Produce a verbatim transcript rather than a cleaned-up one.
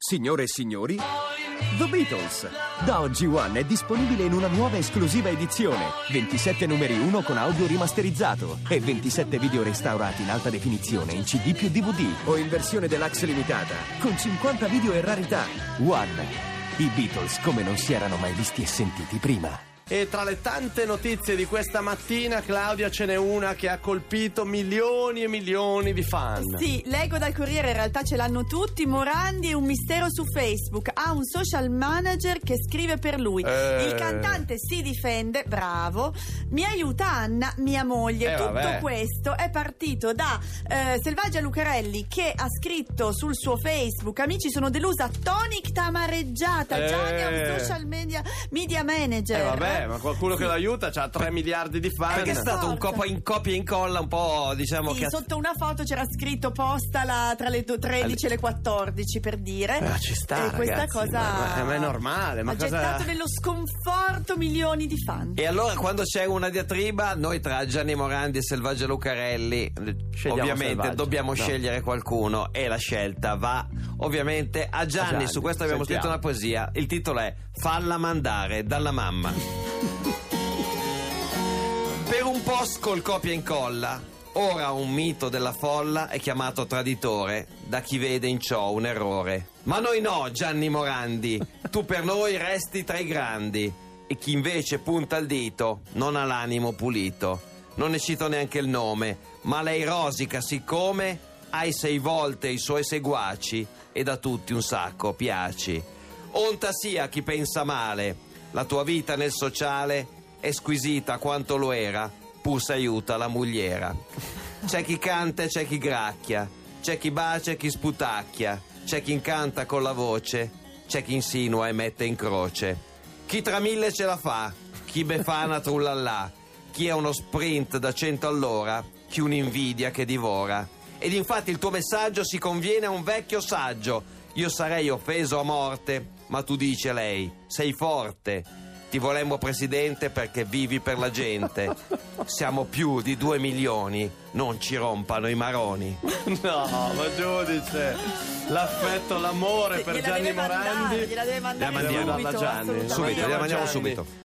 Signore e signori, The Beatles. Da oggi One è disponibile in una nuova esclusiva edizione. ventisette numeri uno con audio rimasterizzato e ventisette video restaurati in alta definizione in C D più D V D o in versione deluxe limitata con cinquanta video e rarità. One. I Beatles come non si erano mai visti e sentiti prima. E tra le tante notizie di questa mattina, Claudia, ce n'è una che ha colpito milioni e milioni di fan. Sì, leggo dal Corriere, in realtà ce l'hanno tutti. Morandi è un mistero su Facebook. Ha un social manager che scrive per lui. Eh. Il cantante si difende, bravo. Mi aiuta Anna, mia moglie. Eh, Tutto vabbè. questo è partito da eh, Selvaggia Lucarelli, che ha scritto sul suo Facebook: amici, sono delusa, tonica amareggiata. Eh. Gianni è un social media, media manager. Eh vabbè, ma qualcuno che lo aiuta c'ha tre miliardi di fan. Perché è stato un copia in copia e incolla un po', diciamo, Sì, che sotto una foto c'era scritto postala tra le tredici e le quattordici, per dire. Ah, ci sta, e questa ragazzi, cosa ma- ma è normale, ma ha cosa- gettato nello sconforto milioni di fan. E allora quando c'è una diatriba, noi tra Gianni Morandi e Selvaggia Lucarelli Scegliamo ovviamente Selvaggia. dobbiamo No. scegliere qualcuno, e la scelta va ovviamente a Gianni. A Gianni, Su questo abbiamo sentiamo. scritto una poesia. Il titolo è Falla mandare dalla mamma. Per un post col copia e incolla, ora un mito della folla è chiamato traditore da chi vede in ciò un errore. Ma noi no, Gianni Morandi, tu per noi resti tra i grandi, e chi invece punta il dito non ha l'animo pulito. Non ne cito neanche il nome, ma lei rosica siccome hai sei volte i suoi seguaci e da tutti un sacco piaci. Onta sia chi pensa male, la tua vita nel sociale è squisita quanto lo era, pur se aiuta la mogliera. C'è chi canta e c'è chi gracchia, c'è chi bacia e chi sputacchia, c'è chi incanta con la voce, c'è chi insinua e mette in croce. Chi tra mille ce la fa, chi befana trullallà, chi ha uno sprint da cento all'ora, chi un'invidia che divora. Ed infatti il tuo messaggio si conviene a un vecchio saggio. Io sarei offeso a morte, ma tu dici a lei, sei forte. Ti volemmo presidente perché vivi per la gente. Siamo più di due milioni, non ci rompano i maroni. No, ma giudice, l'affetto, l'amore Sì, per gliela Gianni deve mandare, Morandi gliela deve mandare la mandiamo subito, alla Gianni. assolutamente. Subito, gliela mandiamo Gianni. subito.